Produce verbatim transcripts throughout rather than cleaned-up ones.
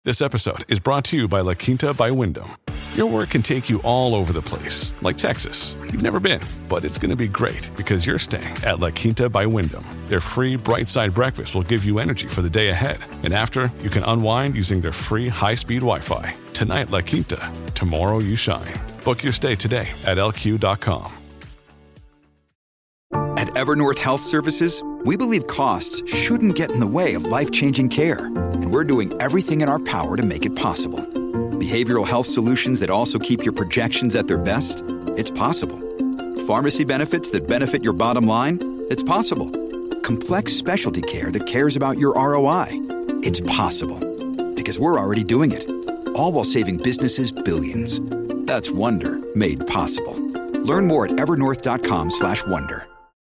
This episode is brought to you by La Quinta by Wyndham. Your work can take you all over the place, like Texas. You've never been, but it's going to be great because you're staying at La Quinta by Wyndham. Their free Bright Side breakfast will give you energy for the day ahead. And after, you can unwind using their free high-speed Wi-Fi. Tonight, La Quinta. Tomorrow, you shine. Book your stay today at L Q dot com. At Evernorth Health Services, we believe costs shouldn't get in the way of life-changing care. And we're doing everything in our power to make it possible. Behavioral health solutions that also keep your projections at their best? It's possible. Pharmacy benefits that benefit your bottom line? It's possible. Complex specialty care that cares about your R O I? It's possible. Because we're already doing it. All while saving businesses billions. That's Wonder made possible. Learn more at evernorth.com slash wonder.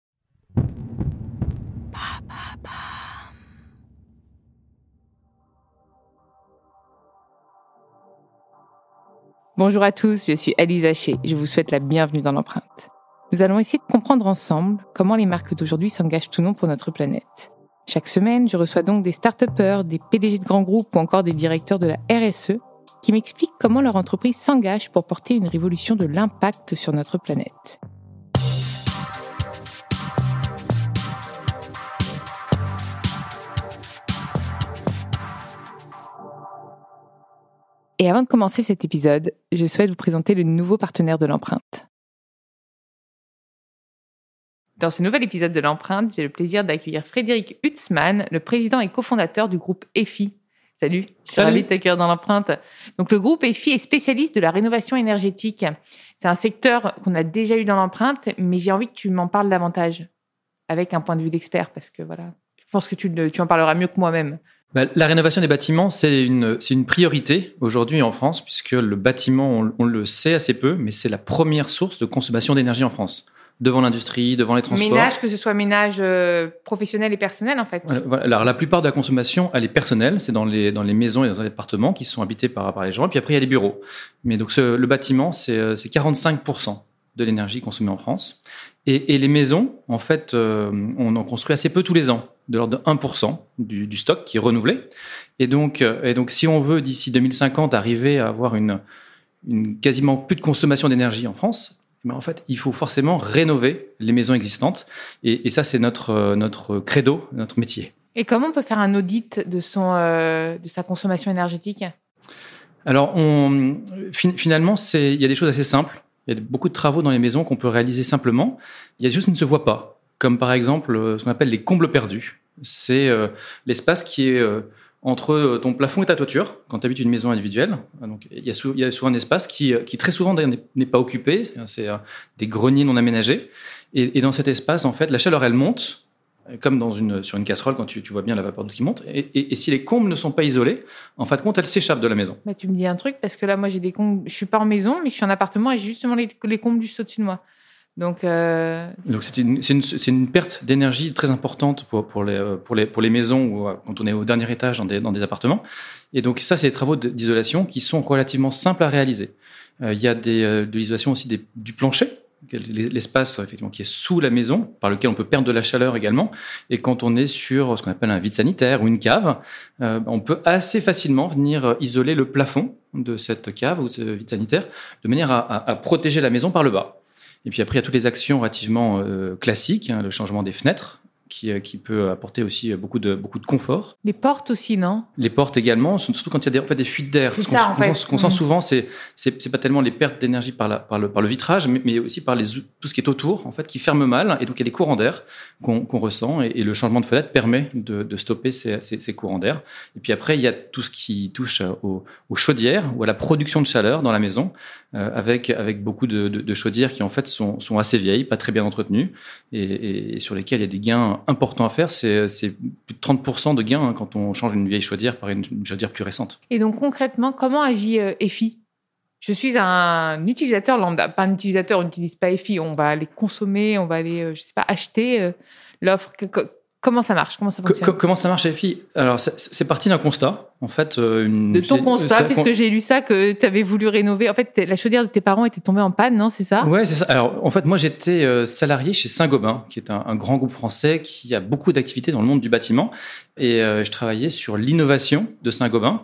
Bonjour à tous, je suis Alice Haché. Je vous souhaite la bienvenue dans l'empreinte. Nous allons essayer de comprendre ensemble comment les marques d'aujourd'hui s'engagent ou non pour notre planète. Chaque semaine, je reçois donc des start-upers, des P D G de grands groupes ou encore des directeurs de la R S E qui m'expliquent comment leur entreprise s'engage pour porter une révolution de l'impact sur notre planète. Et avant de commencer cet épisode, je souhaite vous présenter le nouveau partenaire de l'empreinte. Dans ce nouvel épisode de l'empreinte, j'ai le plaisir d'accueillir Frédéric Hutzmann, le président et cofondateur du groupe E F I. Salut, je suis ravie de t'accueillir dans l'empreinte. Donc le groupe E F I est spécialiste de la rénovation énergétique. C'est un secteur qu'on a déjà eu dans l'empreinte, mais j'ai envie que tu m'en parles davantage, avec un point de vue d'expert, parce que voilà, je pense que tu, tu en parleras mieux que moi-même. Bah, la rénovation des bâtiments, c'est une, c'est une priorité aujourd'hui en France, puisque le bâtiment, on, on le sait assez peu, mais c'est la première source de consommation d'énergie en France, devant l'industrie, devant les transports. Ménage, que ce soit ménage euh, professionnel et personnel, en fait. Voilà. Alors, la plupart de la consommation, elle est personnelle, c'est dans les, dans les maisons et dans les appartements qui sont habités par, par les gens, et puis après, il y a les bureaux. Mais donc, ce, le bâtiment, c'est, c'est quarante-cinq pour cent de l'énergie consommée en France. Et, et les maisons, en fait, euh, on en construit assez peu tous les ans, de l'ordre de un pour cent du, du stock qui est renouvelé. Et donc, euh, et donc, si on veut, d'ici deux mille cinquante, arriver à avoir une, une quasiment plus de consommation d'énergie en France, ben en fait, il faut forcément rénover les maisons existantes. Et, et ça, c'est notre, notre credo, notre métier. Et comment on peut faire un audit de, son, euh, de sa consommation énergétique ? Alors, on, fin, finalement, c'est, il y a des choses assez simples. Il y a beaucoup de travaux dans les maisons qu'on peut réaliser simplement. Il y a des choses qui ne se voient pas, comme par exemple ce qu'on appelle les combles perdus. C'est euh, l'espace qui est euh, entre ton plafond et ta toiture, quand tu habites une maison individuelle. Donc, il y a, sou- il y a souvent un espace qui, qui très souvent n'est, n'est pas occupé. C'est euh, des greniers non aménagés. Et, et dans cet espace, en fait, la chaleur, elle monte, comme dans une, sur une casserole, quand tu, tu vois bien la vapeur d'eau qui monte. Et, et, et si les combles ne sont pas isolés, en fin de compte, elles s'échappent de la maison. Bah, tu me dis un truc, parce que là, moi, j'ai des combles. Je suis pas en maison, mais je suis en appartement et j'ai justement les, les combles juste au-dessus de moi. Donc, euh... Donc c'est, une, c'est, une, c'est une perte d'énergie très importante pour, pour, les, pour, les, pour les maisons ou quand on est au dernier étage dans des, dans des appartements. Et donc, ça, c'est des travaux d'isolation qui sont relativement simples à réaliser. Euh, il y a des, de l'isolation aussi des, du plancher, l'espace effectivement qui est sous la maison, par lequel on peut perdre de la chaleur également. Et quand on est sur ce qu'on appelle un vide sanitaire ou une cave, euh, on peut assez facilement venir isoler le plafond de cette cave ou de ce vide sanitaire de manière à, à, à protéger la maison par le bas. Et puis après, il y a toutes les actions relativement euh, classiques, hein, le changement des fenêtres, qui, euh, qui peut apporter aussi beaucoup de, beaucoup de confort. Les portes aussi, non ? Les portes également, surtout quand il y a des, en fait, des fuites d'air. C'est ce ça, qu'on, en fait. Ce qu'on mmh. sent souvent, c'est, c'est, c'est pas tellement les pertes d'énergie par, la, par, le, par le vitrage, mais, mais aussi par les, tout ce qui est autour, en fait, qui ferme mal. Et donc, il y a des courants d'air qu'on, qu'on ressent. Et, et le changement de fenêtre permet de, de stopper ces, ces, ces courants d'air. Et puis après, il y a tout ce qui touche aux, aux chaudières ou à la production de chaleur dans la maison, euh, avec, avec beaucoup de, de, de chaudières qui, en fait, sont, sont assez vieilles, pas très bien entretenues, et, et, et sur lesquelles il y a des gains importants à faire. C'est, c'est plus de trente pour cent de gains hein, quand on change une vieille chaudière par une, une chaudière plus récente. Et donc, concrètement, comment agit euh, E F I ? Je suis un utilisateur lambda. Pas un utilisateur, on n'utilise pas E F I. On va aller consommer, on va aller, euh, je sais pas, acheter euh, l'offre. Que, que, Comment ça marche ? Comment ça fonctionne ? Co- Comment ça marche, F I ? Alors, c'est, c'est parti d'un constat. En fait, une... De ton constat, puisque qu'on... j'ai lu ça, que tu avais voulu rénover. En fait, la chaudière de tes parents était tombée en panne, non ? C'est ça ? Ouais, c'est ça. Alors, en fait, moi, j'étais euh, salarié chez Saint-Gobain, qui est un, un grand groupe français qui a beaucoup d'activités dans le monde du bâtiment. Et euh, je travaillais sur l'innovation de Saint-Gobain.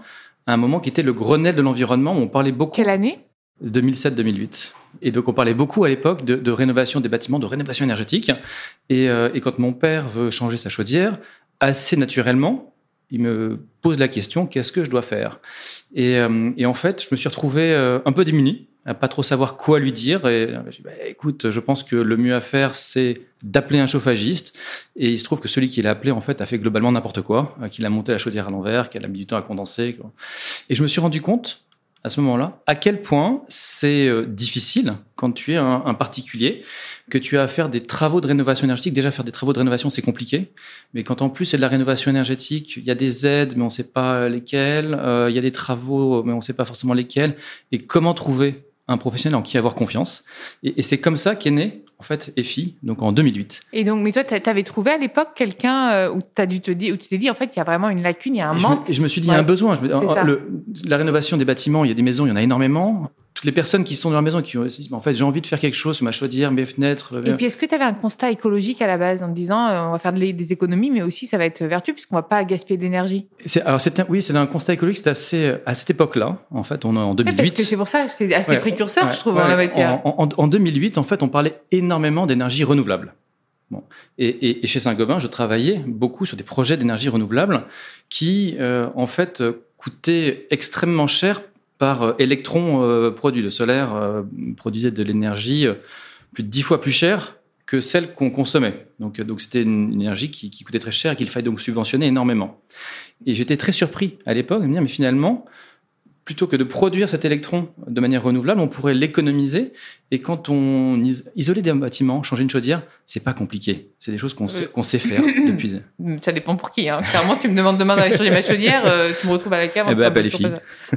à un moment qui était le Grenelle de l'environnement, où on parlait beaucoup... Quelle année ? deux mille sept deux mille huit. Et donc, on parlait beaucoup à l'époque de, de rénovation des bâtiments, de rénovation énergétique. Et, euh, et quand mon père veut changer sa chaudière, assez naturellement, il me pose la question, qu'est-ce que je dois faire ? et, euh, et en fait, je me suis retrouvé euh, un peu démuni, à pas trop savoir quoi lui dire. Et euh, j'ai dit, bah, écoute, je pense que le mieux à faire, c'est d'appeler un chauffagiste. Et il se trouve que celui qui l'a appelé, en fait, a fait globalement n'importe quoi, euh, qu'il a monté la chaudière à l'envers, qu'il a mis du temps à condenser. Quoi. Et je me suis rendu compte, à ce moment-là, à quel point c'est euh, difficile, quand tu es un, un particulier, que tu as à faire des travaux de rénovation énergétique. Déjà, faire des travaux de rénovation, c'est compliqué. Mais quand en plus c'est de la rénovation énergétique, il y a des aides, mais on ne sait pas lesquelles. Euh, il y a des travaux, mais on ne sait pas forcément lesquels. Et comment trouver un professionnel en qui avoir confiance. Et, et c'est comme ça qu'est né, en fait, E F I, donc en deux mille huit. Et donc, mais toi, tu avais trouvé à l'époque quelqu'un euh, où, t'as dû te dire, où tu t'es dit, en fait, il y a vraiment une lacune, il y a un et manque. Je me, et je me suis dit, il ouais. y a un besoin. Je me, C'est le, la rénovation des bâtiments, il y a des maisons, il y en a énormément. Toutes les personnes qui sont dans leur maison, qui ont en fait, j'ai envie de faire quelque chose sur ma chaudière, mes fenêtres. Et puis, est-ce que tu avais un constat écologique à la base en te disant, euh, on va faire de, des économies, mais aussi ça va être vertueux puisqu'on va pas gaspiller de l'énergie. C'est, alors, c'était, oui, c'est un constat écologique. C'était assez à cette époque-là. En fait, on est en deux mille huit. Ouais, parce que c'est pour ça, c'est assez ouais, précurseur, ouais, je trouve, ouais, en la matière. En, en, en deux mille huit, en fait, on parlait énormément d'énergie renouvelable. Bon. Et, et, et chez Saint-Gobain, je travaillais beaucoup sur des projets d'énergie renouvelable qui, euh, en fait, coûtaient extrêmement cher par euh, électron euh, produit. Le solaire euh, produisait de l'énergie euh, plus de dix fois plus chère que celle qu'on consommait. Donc, donc c'était une, une énergie qui, qui coûtait très cher et qu'il fallait donc subventionner énormément. Et j'étais très surpris à l'époque de me dire, mais finalement, plutôt que de produire cet électron de manière renouvelable, on pourrait l'économiser. Et quand on is- isolait des bâtiments, changer une chaudière, c'est pas compliqué. C'est des choses qu'on, euh... sait, qu'on sait faire depuis. Ça dépend pour qui. Hein. Clairement, tu me demandes demain d'aller changer ma chaudière, euh, tu me retrouves à la cave. Eh ben, appelle les filles.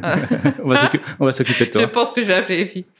on, va on va s'occuper de toi. Je pense que je vais appeler les filles.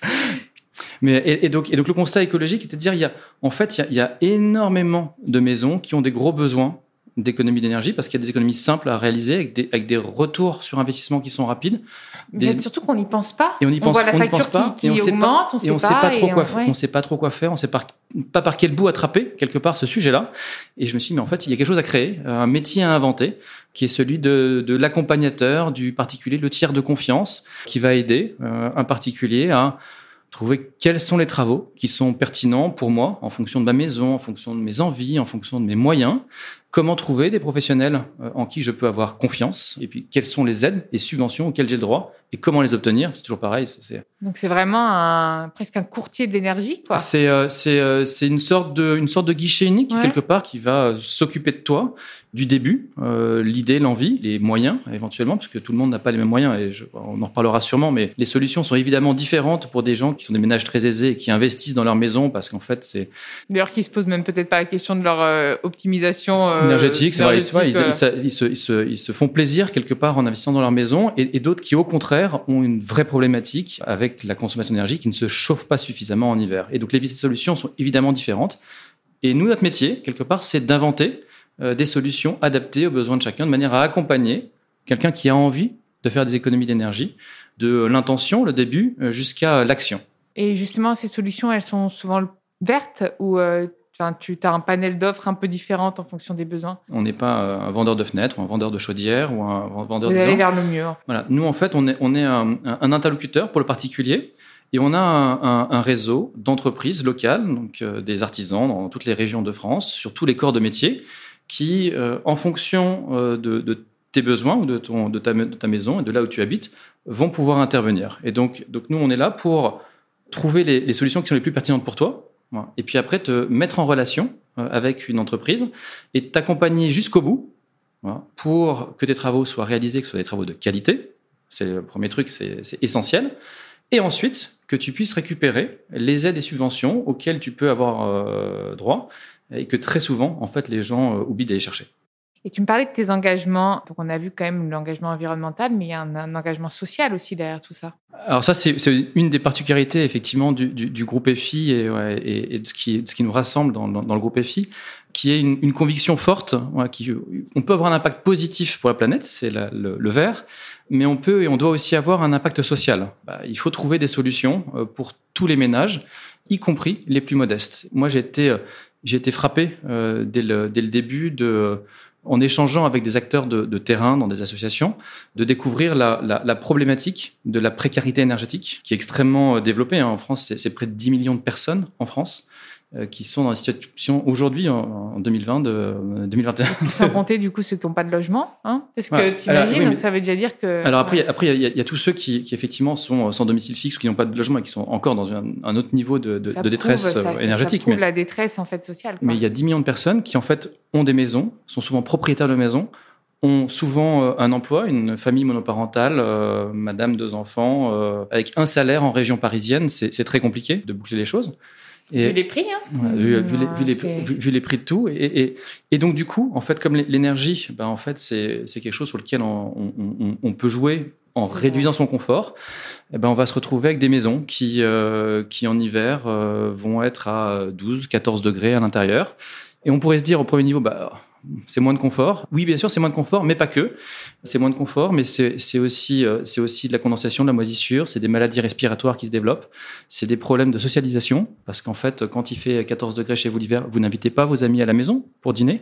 Mais, et, et, donc, et donc, le constat écologique était de dire, il y a, en fait, il y a, il y a énormément de maisons qui ont des gros besoins d'économie d'énergie parce qu'il y a des économies simples à réaliser avec des, avec des retours sur investissement qui sont rapides. Des... Des... Surtout qu'on n'y pense pas. Et on y pense, on voit la on facture pense pas, qui, qui et on augmente, pas, on et on sait sait pas. pas trop et quoi, on... Ouais. on sait pas trop quoi faire, on sait pas, pas par quel bout attraper quelque part ce sujet-là. Et je me suis dit, mais en fait, il y a quelque chose à créer, un métier à inventer, qui est celui de, de l'accompagnateur, du particulier, le tiers de confiance, qui va aider euh, un particulier à trouver quels sont les travaux qui sont pertinents pour moi, en fonction de ma maison, en fonction de mes envies, en fonction de mes moyens. Comment trouver des professionnels en qui je peux avoir confiance, et puis quelles sont les aides et subventions auxquelles j'ai le droit, et comment les obtenir. C'est toujours pareil. C'est... Donc c'est vraiment un, presque un courtier de l'énergie, quoi. C'est, euh, c'est, euh, c'est une sorte de, une sorte de guichet unique, ouais. quelque part, qui va s'occuper de toi du début, euh, l'idée, l'envie, les moyens, éventuellement, parce que tout le monde n'a pas les mêmes moyens, et je, on en reparlera sûrement, mais les solutions sont évidemment différentes pour des gens qui sont des ménages très aisés et qui investissent dans leur maison, parce qu'en fait, c'est... D'ailleurs, qui se posent même peut-être pas la question de leur euh, optimisation... Euh, énergétique, c'est vrai, ils, ils, ils, ils, se, ils, se, ils se font plaisir quelque part en investissant dans leur maison, et, et d'autres qui, au contraire, ont une vraie problématique avec la consommation d'énergie, qui ne se chauffe pas suffisamment en hiver. Et donc, les solutions sont évidemment différentes. Et nous, notre métier, quelque part, c'est d'inventer euh, des solutions adaptées aux besoins de chacun, de manière à accompagner quelqu'un qui a envie de faire des économies d'énergie, de l'intention, le début, jusqu'à l'action. Et justement, ces solutions, elles sont souvent vertes ou euh, tu as un panel d'offres un peu différentes en fonction des besoins? On n'est pas un vendeur de fenêtres, ou un vendeur de chaudières, ou un vendeur Vous de... Vous allez vers le mieux. Voilà. Nous, en fait, on est, on est un, un interlocuteur pour le particulier. Et on a un, un, un réseau d'entreprises locales, donc euh, des artisans dans toutes les régions de France, sur tous les corps de métier, qui, euh, en fonction euh, de, de tes besoins ou de, ton, de, ta, de ta maison et de là où tu habites, vont pouvoir intervenir. Et donc, donc nous, on est là pour trouver les, les solutions qui sont les plus pertinentes pour toi, voilà. Et puis après, te mettre en relation euh, avec une entreprise et t'accompagner jusqu'au bout, voilà, pour que tes travaux soient réalisés, que ce soit des travaux de qualité. C'est le premier truc, c'est, c'est essentiel. Et ensuite, que tu puisses récupérer les aides et subventions auxquelles tu peux avoir euh, droit et que très souvent, en fait, les gens euh, oublient d'aller chercher. Et tu me parlais de tes engagements. Donc, on a vu quand même l'engagement environnemental, mais il y a un, un engagement social aussi derrière tout ça. Alors ça, c'est, c'est une des particularités, effectivement, du, du, du groupe F I et, ouais, et, et de, ce qui, de ce qui nous rassemble dans, dans, dans le groupe F I, qui est une, une conviction forte. Ouais, qui, on peut avoir un impact positif pour la planète, c'est la, le, le vert, mais on peut et on doit aussi avoir un impact social. Bah, il faut trouver des solutions pour tous les ménages, y compris les plus modestes. Moi, j'ai été, j'ai été frappé euh, dès, le, dès le début de... en échangeant avec des acteurs de, de terrain dans des associations, de découvrir la, la, la problématique de la précarité énergétique, qui est extrêmement développée. En France, c'est, c'est près de dix millions de personnes en France euh, qui sont dans la situation aujourd'hui, en, en deux mille vingt, de, deux mille vingt et un. Sans compter du coup ceux qui n'ont pas de logement, hein, parce que ouais. tu Alors, imagines, oui, donc mais... ça veut déjà dire que... Alors après, ouais. après il y, y, y a tous ceux qui, qui effectivement sont sans domicile fixe, ou qui n'ont pas de logement et qui sont encore dans un, un autre niveau de, de, de détresse prouve, ça, énergétique. Ça prouve mais, la détresse en fait sociale. Quoi. Mais il y a dix millions de personnes qui en fait ont des maisons, sont souvent propriétaires de maisons, ont souvent euh, un emploi, une famille monoparentale, euh, madame, deux enfants, euh, avec un salaire en région parisienne. C'est, c'est très compliqué de boucler les choses. Et, vu les prix, hein. Ouais, vu, vu, les, vu, les, vu, vu les prix de tout. Et, et, et donc, du coup, en fait, comme l'énergie, ben, en fait, c'est, c'est quelque chose sur lequel on, on, on, on peut jouer en c'est réduisant vrai. son confort. Et ben, on va se retrouver avec des maisons qui, euh, qui en hiver, euh, vont être à douze, quatorze degrés à l'intérieur. Et on pourrait se dire au premier niveau, bah, c'est moins de confort. Oui, bien sûr, c'est moins de confort, mais pas que. C'est moins de confort, mais c'est, c'est, aussi, euh, c'est aussi de la condensation, de la moisissure, c'est des maladies respiratoires qui se développent, c'est des problèmes de socialisation, parce qu'en fait, quand il fait quatorze degrés chez vous l'hiver, vous n'invitez pas vos amis à la maison pour dîner.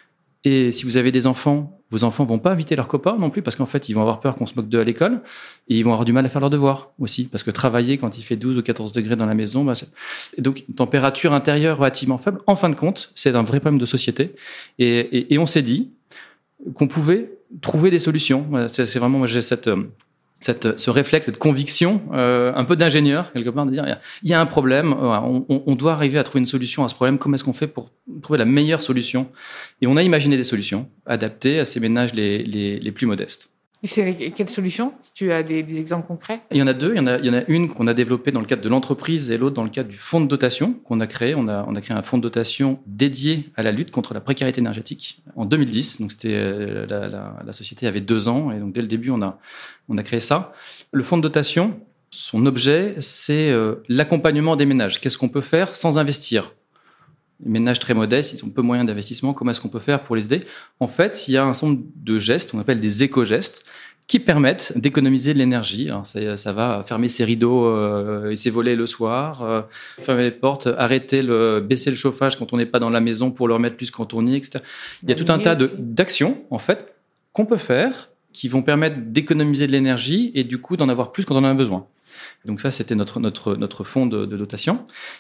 Et si vous avez des enfants, vos enfants vont pas inviter leurs copains non plus, parce qu'en fait, ils vont avoir peur qu'on se moque d'eux à l'école, et ils vont avoir du mal à faire leurs devoirs aussi, parce que travailler quand il fait douze ou quatorze degrés dans la maison, bah, c'est... Et donc, température intérieure relativement faible, en fin de compte, c'est un vrai problème de société. Et, et, et on s'est dit qu'on pouvait trouver des solutions. C'est, c'est vraiment, moi, j'ai cette... Cette, ce réflexe, cette conviction, euh, un peu d'ingénieur, quelque part, de dire il y a un problème, on, on, on doit arriver à trouver une solution à ce problème. Comment est-ce qu'on fait pour trouver la meilleure solution ? Et on a imaginé des solutions adaptées à ces ménages les, les, les plus modestes. Et c'est quelle solution, si tu as des, des exemples concrets ? Il y en a deux. Il y en a, il y en a une qu'on a développée dans le cadre de l'entreprise et l'autre dans le cadre du fonds de dotation qu'on a créé. On a, on a créé un fonds de dotation dédié à la lutte contre la précarité énergétique en deux mille dix. Donc, c'était, la, la, la société avait deux ans et donc dès le début, on a, on a créé ça. Le fonds de dotation, son objet, c'est euh, l'accompagnement des ménages. Qu'est-ce qu'on peut faire sans investir ? Les ménages très modestes, ils ont peu moyens d'investissement. Comment est-ce qu'on peut faire pour les aider ? En fait, il y a un certain nombre de gestes, on appelle des éco-gestes, qui permettent d'économiser de l'énergie. Alors, ça, ça va fermer ses rideaux euh, et ses volets le soir, euh, fermer les portes, arrêter le, baisser le chauffage quand on n'est pas dans la maison pour le remettre plus quand on y est, et cetera. Il y a tout un tas de, d'actions, en fait, qu'on peut faire qui vont permettre d'économiser de l'énergie et du coup d'en avoir plus quand on en a besoin. Donc ça, c'était notre, notre, notre fonds de, de dotation.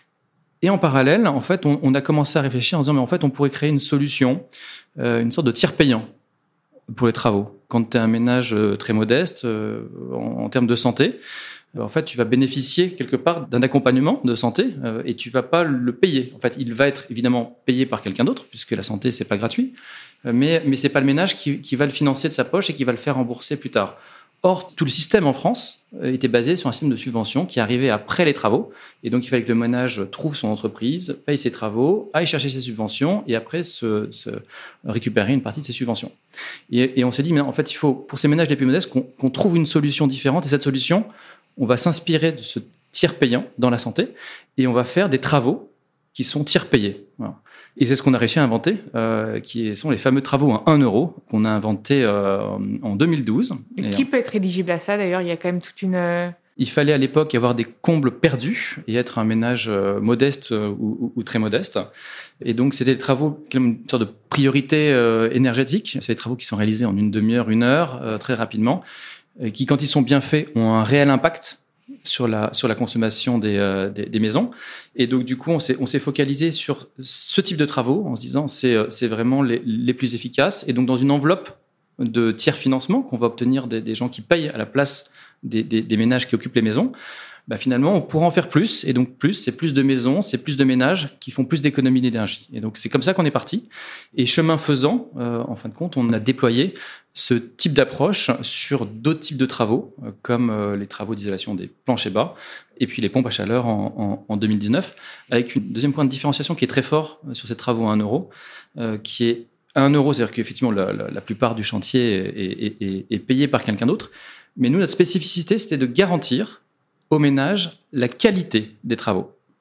Et en parallèle, en fait, on, on a commencé à réfléchir en disant, mais en fait, on pourrait créer une solution, euh, une sorte de tiers payant pour les travaux. Quand tu es un ménage très modeste, euh, en, en termes de santé, en fait, tu vas bénéficier quelque part d'un accompagnement de santé euh, et tu vas pas le payer. En fait, il va être évidemment payé par quelqu'un d'autre, puisque la santé, c'est pas gratuit, euh, mais, mais c'est pas le ménage qui, qui va le financer de sa poche et qui va le faire rembourser plus tard. Or, tout le système en France était basé sur un système de subvention qui arrivait après les travaux. Et donc, il fallait que le ménage trouve son entreprise, paye ses travaux, aille chercher ses subventions et après se, se récupérer une partie de ses subventions. Et, et on s'est dit, mais en fait, il faut, pour ces ménages les plus modestes, qu'on, qu'on trouve une solution différente. Et cette solution, on va s'inspirer de ce tiers payant dans la santé et on va faire des travaux qui sont tiers payés. Voilà. Et c'est ce qu'on a réussi à inventer, euh, qui sont les fameux travaux à un euro qu'on a inventés euh, en deux mille douze. Et, et qui euh, peut être éligible à ça, d'ailleurs ? Il y a quand même toute une... Il fallait à l'époque avoir des combles perdus et être un ménage euh, modeste euh, ou, ou, ou très modeste. Et donc, c'était des travaux, une sorte de priorité euh, énergétique. C'est des travaux qui sont réalisés en une demi-heure, une heure, euh, très rapidement, et qui, quand ils sont bien faits, ont un réel impact sur la, sur la consommation des, euh, des, des maisons. Et donc, du coup, on s'est, on s'est focalisé sur ce type de travaux en se disant c'est, c'est vraiment les, les plus efficaces. Et donc, dans une enveloppe de tiers financement qu'on va obtenir des, des gens qui payent à la place des, des, des ménages qui occupent les maisons, bah, finalement, on pourra en faire plus. Et donc, plus, c'est plus de maisons, c'est plus de ménages qui font plus d'économies d'énergie. Et donc, c'est comme ça qu'on est parti. Et chemin faisant, euh, en fin de compte, on a déployé ce type d'approche sur d'autres types de travaux, euh, comme euh, les travaux d'isolation des planchers bas, et puis les pompes à chaleur en, en, en deux mille dix-neuf, avec une deuxième point de différenciation qui est très fort euh, sur ces travaux à un euro, euh, qui est à un euro, c'est-à-dire qu'effectivement, la, la, la plupart du chantier est, est, est, est payé par quelqu'un d'autre. Mais nous, notre spécificité, c'était de garantir aux ménages la qualité des travaux.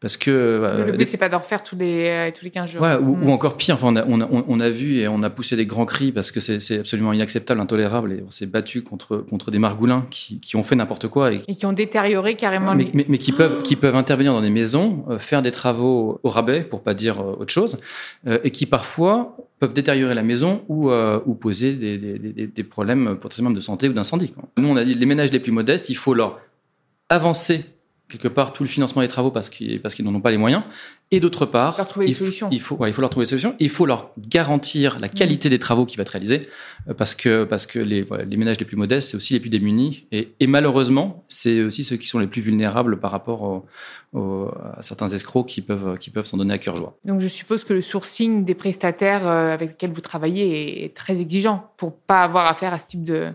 Parce que euh, le but, les... c'est pas d'en refaire tous les euh, tous les quinze jours. Voilà, ou, mmh. ou encore pire. Enfin, on a, on a on a vu et on a poussé des grands cris parce que c'est, c'est absolument inacceptable, intolérable, et on s'est battu contre contre des margoulins qui, qui ont fait n'importe quoi et, et qui ont détérioré carrément. Mais, les... mais, mais qui peuvent qui peuvent intervenir dans des maisons, euh, faire des travaux au rabais, pour pas dire euh, autre chose, euh, et qui parfois peuvent détériorer la maison ou euh, ou poser des, des des des problèmes potentiellement de santé ou d'incendie, quoi. Nous, on a dit les ménages les plus modestes, il faut leur avancer quelque part tout le financement des travaux parce qu'ils, parce qu'ils n'en ont pas les moyens, et d'autre part, leur trouver des il, solutions. Il, faut, ouais, il faut leur trouver des solutions, il faut leur garantir la qualité mmh. des travaux qui va être réalisés, parce que, parce que les, voilà, les ménages les plus modestes, c'est aussi les plus démunis, et, et malheureusement, c'est aussi ceux qui sont les plus vulnérables par rapport au, au, à certains escrocs qui peuvent, qui peuvent s'en donner à cœur joie. Donc je suppose que le sourcing des prestataires avec lesquels vous travaillez est très exigeant pour pas avoir affaire à ce type de,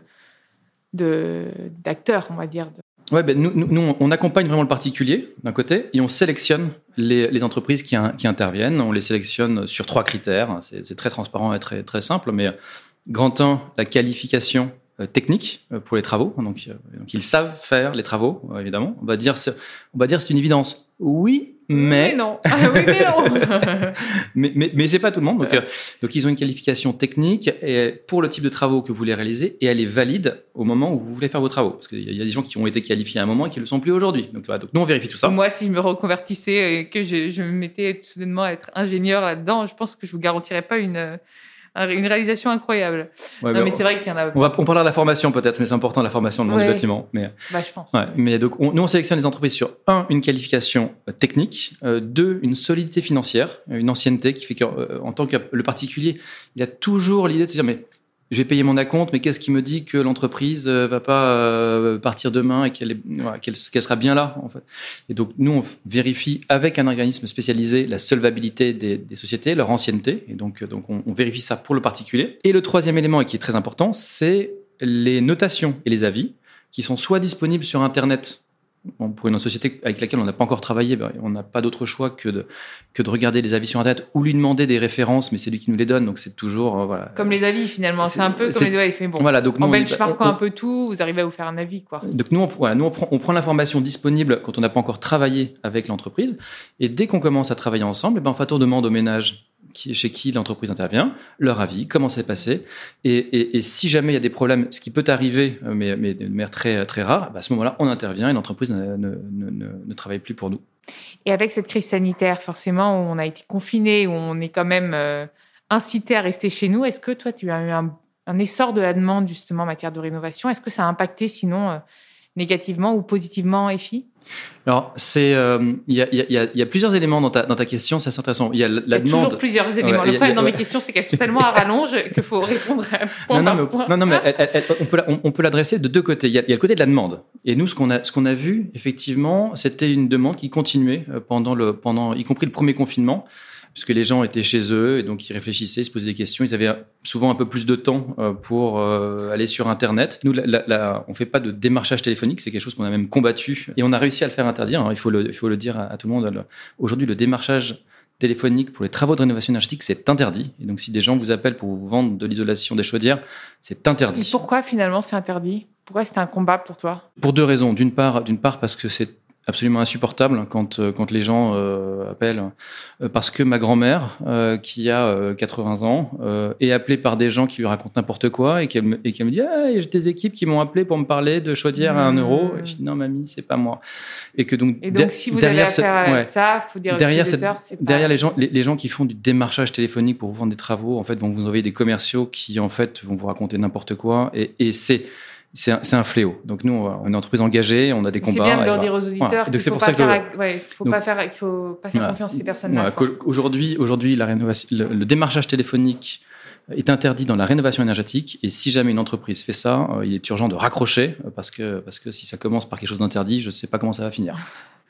de, d'acteurs, on va dire. Ouais, ben nous, nous, nous, on accompagne vraiment le particulier d'un côté et on sélectionne les, les entreprises qui, qui interviennent. On les sélectionne sur trois critères. C'est, c'est très transparent et très, très simple. Mais grand un, la qualification technique pour les travaux. Donc, donc ils savent faire les travaux, évidemment. On va dire, c'est, on va dire c'est une évidence. Oui, mais... Mais non. oui, mais non. mais, mais, mais c'est pas tout le monde. Donc, euh, donc, ils ont une qualification technique et pour le type de travaux que vous voulez réaliser et elle est valide au moment où vous voulez faire vos travaux. Parce qu'il y a des gens qui ont été qualifiés à un moment et qui ne le sont plus aujourd'hui. Donc, voilà, donc, nous, on vérifie tout ça. Moi, si je me reconvertissais et que je, je me mettais soudainement à être ingénieur là-dedans, je pense que je vous garantirais pas une... une réalisation incroyable. Ouais, non, bah, mais c'est vrai qu'il y en a. On, va, on parlera de la formation peut-être, mais c'est important la formation dans le monde ouais. du bâtiment. Mais, bah, je pense. Ouais, mais donc, on, nous, on sélectionne les entreprises sur un, une qualification technique, euh, deux, une solidité financière, une ancienneté qui fait qu'en euh, tant que le particulier, il a toujours l'idée de se dire mais je vais payer mon acompte, mais qu'est-ce qui me dit que l'entreprise euh, va pas euh, partir demain et qu'elle, est, voilà, qu'elle, qu'elle sera bien là, en fait. Et donc, nous, on vérifie avec un organisme spécialisé la solvabilité des, des sociétés, leur ancienneté. Et donc, donc on, on vérifie ça pour le particulier. Et le troisième élément, et qui est très important, c'est les notations et les avis qui sont soit disponibles sur Internet. Bon, pour une société avec laquelle on n'a pas encore travaillé, ben, on n'a pas d'autre choix que de, que de regarder les avis sur Internet ou lui demander des références, mais c'est lui qui nous les donne, donc c'est toujours... Euh, voilà. Comme les avis, finalement. C'est, c'est un peu comme c'est, les avis. Mais bon, voilà, donc en nous, benchmarkant un peu tout, vous arrivez à vous faire un avis, quoi. Donc nous, on, voilà, nous on, prend, on prend l'information disponible quand on n'a pas encore travaillé avec l'entreprise, et dès qu'on commence à travailler ensemble, ben, en fait, on demande aux ménages qui, chez qui l'entreprise intervient, leur avis, comment ça s'est passé, et, et, et si jamais il y a des problèmes, ce qui peut arriver, mais, mais de manière très, très rare, ben à ce moment-là, on intervient et l'entreprise ne, ne, ne, ne travaille plus pour nous. Et avec cette crise sanitaire, forcément, où on a été confinés, où on est quand même euh, incité à rester chez nous, est-ce que toi, tu as eu un, un essor de la demande, justement, en matière de rénovation ? Est-ce que ça a impacté, sinon, euh, négativement ou positivement F I ? Alors, c'est, il euh, y, a, y, a, y a plusieurs éléments dans ta, dans ta question, c'est assez intéressant. Il y a la, la il y a demande. Toujours plusieurs éléments. Ouais, le problème dans ouais. mes questions, c'est qu'elles sont tellement à rallonge qu'il faut répondre point non, par non, mais, point. Non, non, mais elle, elle, elle, on, peut la, on, on peut l'adresser de deux côtés. Il y, a, il y a le côté de la demande. Et nous, ce qu'on a, ce qu'on a vu, effectivement, c'était une demande qui continuait pendant le, pendant, y compris le premier confinement, puisque les gens étaient chez eux et donc ils réfléchissaient, ils se posaient des questions. Ils avaient souvent un peu plus de temps pour aller sur Internet. Nous, la, la, on ne fait pas de démarchage téléphonique, c'est quelque chose qu'on a même combattu et on a réussi à le faire interdire. Hein, il faut le, il faut le dire à, à tout le monde. Aujourd'hui, le démarchage téléphonique pour les travaux de rénovation énergétique, c'est interdit. Et donc, si des gens vous appellent pour vous vendre de l'isolation des chaudières, c'est interdit. Et pourquoi finalement c'est interdit ? Pourquoi c'était un combat pour toi ? Pour deux raisons. D'une part, d'une part parce que c'est absolument insupportable quand quand les gens euh, appellent euh, parce que ma grand-mère euh, qui a euh, quatre-vingts ans euh, est appelée par des gens qui lui racontent n'importe quoi et qu'elle me, et qu'elle me dit ah, j'ai des équipes qui m'ont appelé pour me parler de chaudière mmh. à un euro et je dis non mamie c'est pas moi et que donc et donc de, si vous avez affaire à ouais, ça faut dire derrière cette, c'est pas... derrière les gens les, les gens qui font du démarchage téléphonique pour vous vendre des travaux en fait vont vous envoyer des commerciaux qui en fait vont vous raconter n'importe quoi et, et c'est C'est un, c'est un fléau. Donc nous, on est une entreprise engagée, on a des c'est combats. C'est bien de leur dire aux auditeurs voilà. qu'il ne faut, faut, ouais, faut pas faire, il faut pas faire voilà. confiance à ces personnes-là. Voilà. Aujourd'hui, aujourd'hui la rénovation, le, le démarchage téléphonique est interdit dans la rénovation énergétique. Et si jamais une entreprise fait ça, euh, il est urgent de raccrocher parce que, parce que si ça commence par quelque chose d'interdit, je ne sais pas comment ça va finir.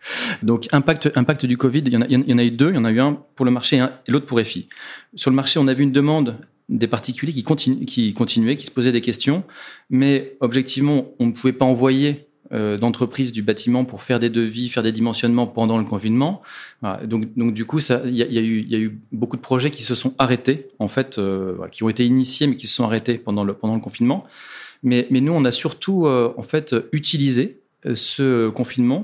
Donc, impact, impact du Covid, il y, en a, il y en a eu deux. Il y en a eu un pour le marché et, un, et l'autre pour F I. Sur le marché, on a vu une demande des particuliers qui, continu, qui continuaient, qui se posaient des questions, mais objectivement, on ne pouvait pas envoyer euh, d'entreprises du bâtiment pour faire des devis, faire des dimensionnements pendant le confinement. Voilà. Donc, donc du coup, il y, y, y a eu beaucoup de projets qui se sont arrêtés, en fait, euh, qui ont été initiés, mais qui se sont arrêtés pendant le, pendant le confinement. Mais, mais nous, on a surtout, euh, en fait, utilisé ce confinement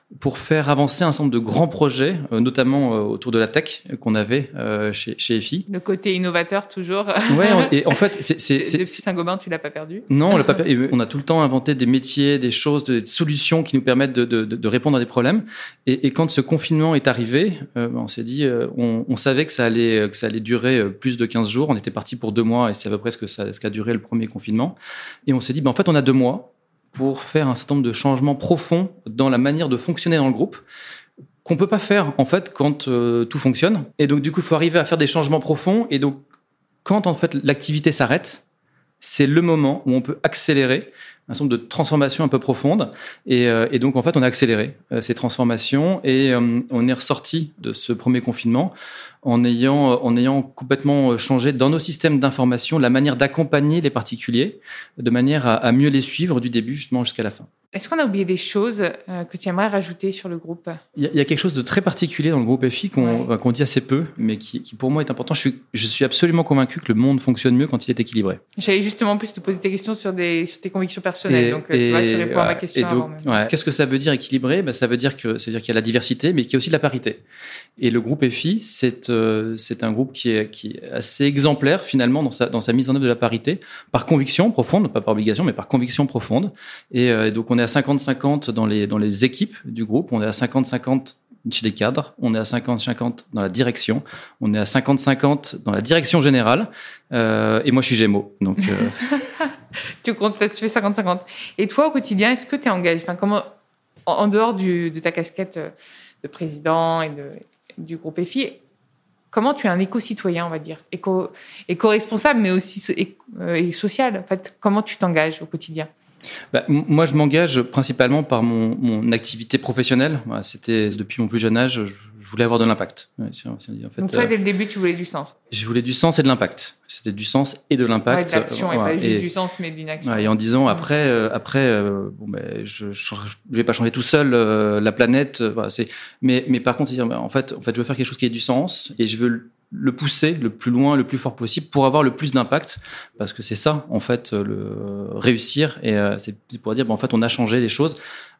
pour faire avancer un certain nombre de grands projets, euh, notamment euh, autour de la tech euh, qu'on avait euh, chez, chez E F I. Le côté innovateur, toujours. Ouais, et en fait, c'est, c'est, c'est, depuis c'est... Saint-Gobain, tu l'as pas perdu. Non, on l'a pas perdu. On a tout le temps inventé des métiers, des choses, des solutions qui nous permettent de, de, de répondre à des problèmes. Et, et quand ce confinement est arrivé, euh, on s'est dit, euh, on, on savait que ça allait, que ça allait durer plus de quinze jours. On était parti pour deux mois et c'est à peu près ce que ça, ce qu'a duré le premier confinement. Et on s'est dit, ben, en fait, on a deux mois pour faire un certain nombre de changements profonds dans la manière de fonctionner dans le groupe qu'on peut pas faire en fait quand euh, tout fonctionne. Et donc du coup, il faut arriver à faire des changements profonds. Et donc, quand en fait l'activité s'arrête, c'est le moment où on peut accélérer un certain nombre de transformations un peu profondes. Et, euh, et donc en fait, on a accéléré euh, ces transformations et euh, on est ressorti de ce premier confinement en ayant, en ayant complètement changé dans nos systèmes d'information la manière d'accompagner les particuliers de manière à, à mieux les suivre du début justement jusqu'à la fin. Est-ce qu'on a oublié des choses euh, que tu aimerais rajouter sur le groupe ? Il y, a, il y a quelque chose de très particulier dans le groupe E F I qu'on, ouais. qu'on dit assez peu, mais qui, qui pour moi est important. Je suis, je suis absolument convaincu que le monde fonctionne mieux quand il est équilibré. J'allais justement plus te poser des questions sur, des, sur tes convictions personnelles, et, donc et, tu vois, tu réponds ouais, à ma question donc, avant même. Ouais. Qu'est-ce que ça veut dire équilibré ? Ben, ça veut dire que, ça veut dire qu'il y a la diversité, mais qu'il y a aussi de la parité. Et le groupe E F I, c'est, euh, c'est un groupe qui est, qui est assez exemplaire finalement dans sa, dans sa mise en œuvre de la parité, par conviction profonde, pas par obligation, mais par conviction profonde. Et, euh, et donc on est à cinquante cinquante dans les, dans les équipes du groupe, on est à cinquante cinquante chez les cadres, on est à cinquante cinquante dans la direction, on est à cinquante cinquante dans la direction générale, euh, et moi je suis Gémeaux. Donc, euh... tu comptes, tu fais cinquante cinquante. Et toi au quotidien, est-ce que tu es engagé, enfin, comment, en, en dehors du, de ta casquette de président et de, du groupe E F I, comment tu es un éco-citoyen, on va dire, éco, éco-responsable, mais aussi so, éco, euh, et social. En fait, comment tu t'engages au quotidien ? Bah, moi, je m'engage principalement par mon, mon activité professionnelle. Voilà, c'était depuis mon plus jeune âge, je, je voulais avoir de l'impact. Ouais, en fait, Donc toi, euh, dès le début, tu voulais du sens. Je voulais du sens et de l'impact. C'était du sens et de l'impact. Ouais, de l'action, euh, et voilà, pas juste et, du sens, mais d'une action. Ouais, et en disant après, euh, après, euh, bon, ben, je, je, je vais pas changer tout seul euh, la planète. Euh, voilà, c'est. Mais, mais par contre, dire, en fait, en fait, je veux faire quelque chose qui ait du sens et je veux le pousser le plus loin, le plus fort possible pour avoir le plus d'impact, parce que c'est ça en fait le réussir, et euh, c'est pour dire bon, en fait on a changé les choses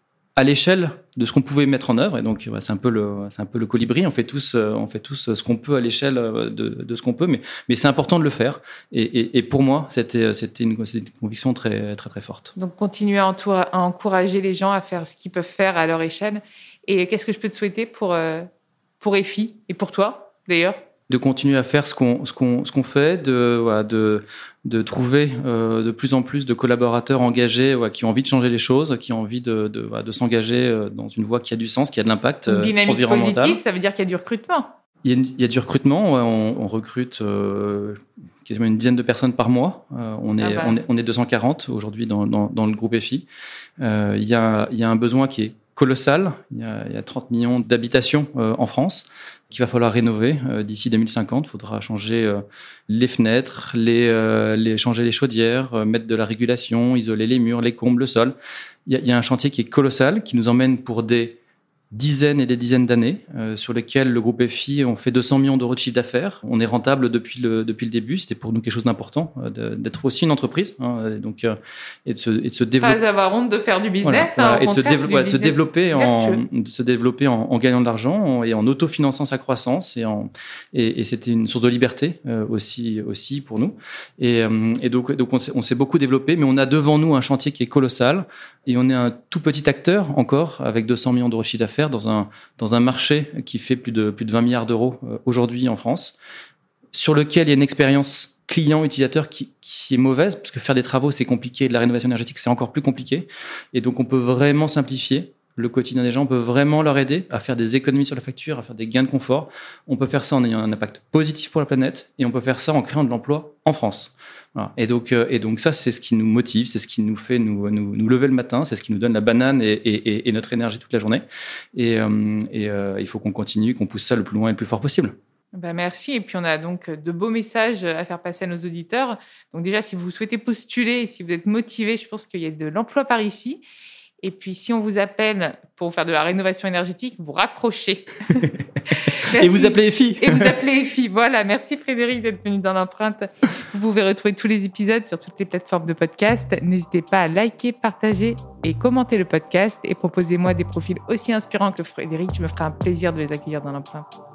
à l'échelle de ce qu'on pouvait mettre en œuvre, et donc ouais, c'est un peu le c'est un peu le colibri, on fait tous euh, on fait tous ce qu'on peut à l'échelle de, de ce qu'on peut, mais mais c'est important de le faire, et, et, et pour moi c'était c'était une, c'était une conviction très très très forte. Donc continuer à, entour, à encourager les gens à faire ce qu'ils peuvent faire à leur échelle. Et qu'est-ce que je peux te souhaiter pour euh, pour E F I et pour toi d'ailleurs? De continuer à faire ce qu'on ce qu'on ce qu'on fait, de voilà, de de trouver euh, de plus en plus de collaborateurs engagés, voilà, qui ont envie de changer les choses, qui ont envie de de, voilà, de s'engager dans une voie qui a du sens, qui a de l'impact euh, dynamique environnemental. Positive, ça veut dire qu'il y a du recrutement. Il y a, une, il y a du recrutement, ouais, on, on recrute euh, quasiment une dizaine de personnes par mois. Euh, on est ah bah. on est on est deux cent quarante aujourd'hui dans dans dans le groupe E F I. Euh, il y a il y a un besoin qui est colossal. Il y a, il y a trente millions d'habitations euh, en France qu'il va falloir rénover euh, d'ici deux mille cinquante. Il faudra changer euh, les fenêtres, les, euh, les, changer les chaudières, euh, mettre de la régulation, isoler les murs, les combles, le sol. Il y a, il y a un chantier qui est colossal, qui nous emmène pour des dizaines et des dizaines d'années, euh, sur lesquelles le groupe E F I on fait deux cents millions d'euros de chiffre d'affaires. On est rentable depuis le depuis le début. C'était pour nous quelque chose d'important, euh, de, d'être aussi une entreprise, hein, et donc euh, et de se et de se développer. Pas avoir honte de faire du business. Voilà, hein, voilà, et de se, développer, voilà, de se développer en de se développer en, en gagnant de l'argent et en autofinançant sa croissance, et en et, et c'était une source de liberté euh, aussi aussi pour nous. Et, euh, et donc donc on s'est, on s'est beaucoup développé, mais on a devant nous un chantier qui est colossal, et on est un tout petit acteur encore avec deux cents millions d'euros de chiffre d'affaires dans un dans un marché qui fait plus de plus de vingt milliards d'euros euh, aujourd'hui en France, sur lequel il y a une expérience client utilisateur qui qui est mauvaise, parce que faire des travaux c'est compliqué, de la rénovation énergétique c'est encore plus compliqué, et donc on peut vraiment simplifier le quotidien des gens, on peut vraiment leur aider à faire des économies sur la facture, à faire des gains de confort. On peut faire ça en ayant un impact positif pour la planète, et on peut faire ça en créant de l'emploi en France. Voilà. Et donc, euh, et donc ça, c'est ce qui nous motive, c'est ce qui nous fait nous, nous, nous lever le matin, c'est ce qui nous donne la banane et, et, et notre énergie toute la journée. Et, euh, et euh, il faut qu'on continue, qu'on pousse ça le plus loin et le plus fort possible. Ben merci. Et puis, on a donc de beaux messages à faire passer à nos auditeurs. Donc déjà, si vous souhaitez postuler, si vous êtes motivé, je pense qu'il y a de l'emploi par ici. Et puis, si on vous appelle pour faire de la rénovation énergétique, vous raccrochez. Et vous appelez Effie. Et vous appelez Effie. Voilà, merci Frédéric d'être venu dans l'empreinte. Vous pouvez retrouver tous les épisodes sur toutes les plateformes de podcast. N'hésitez pas à liker, partager et commenter le podcast. Et proposez-moi des profils aussi inspirants que Frédéric. Je me ferai un plaisir de les accueillir dans l'empreinte.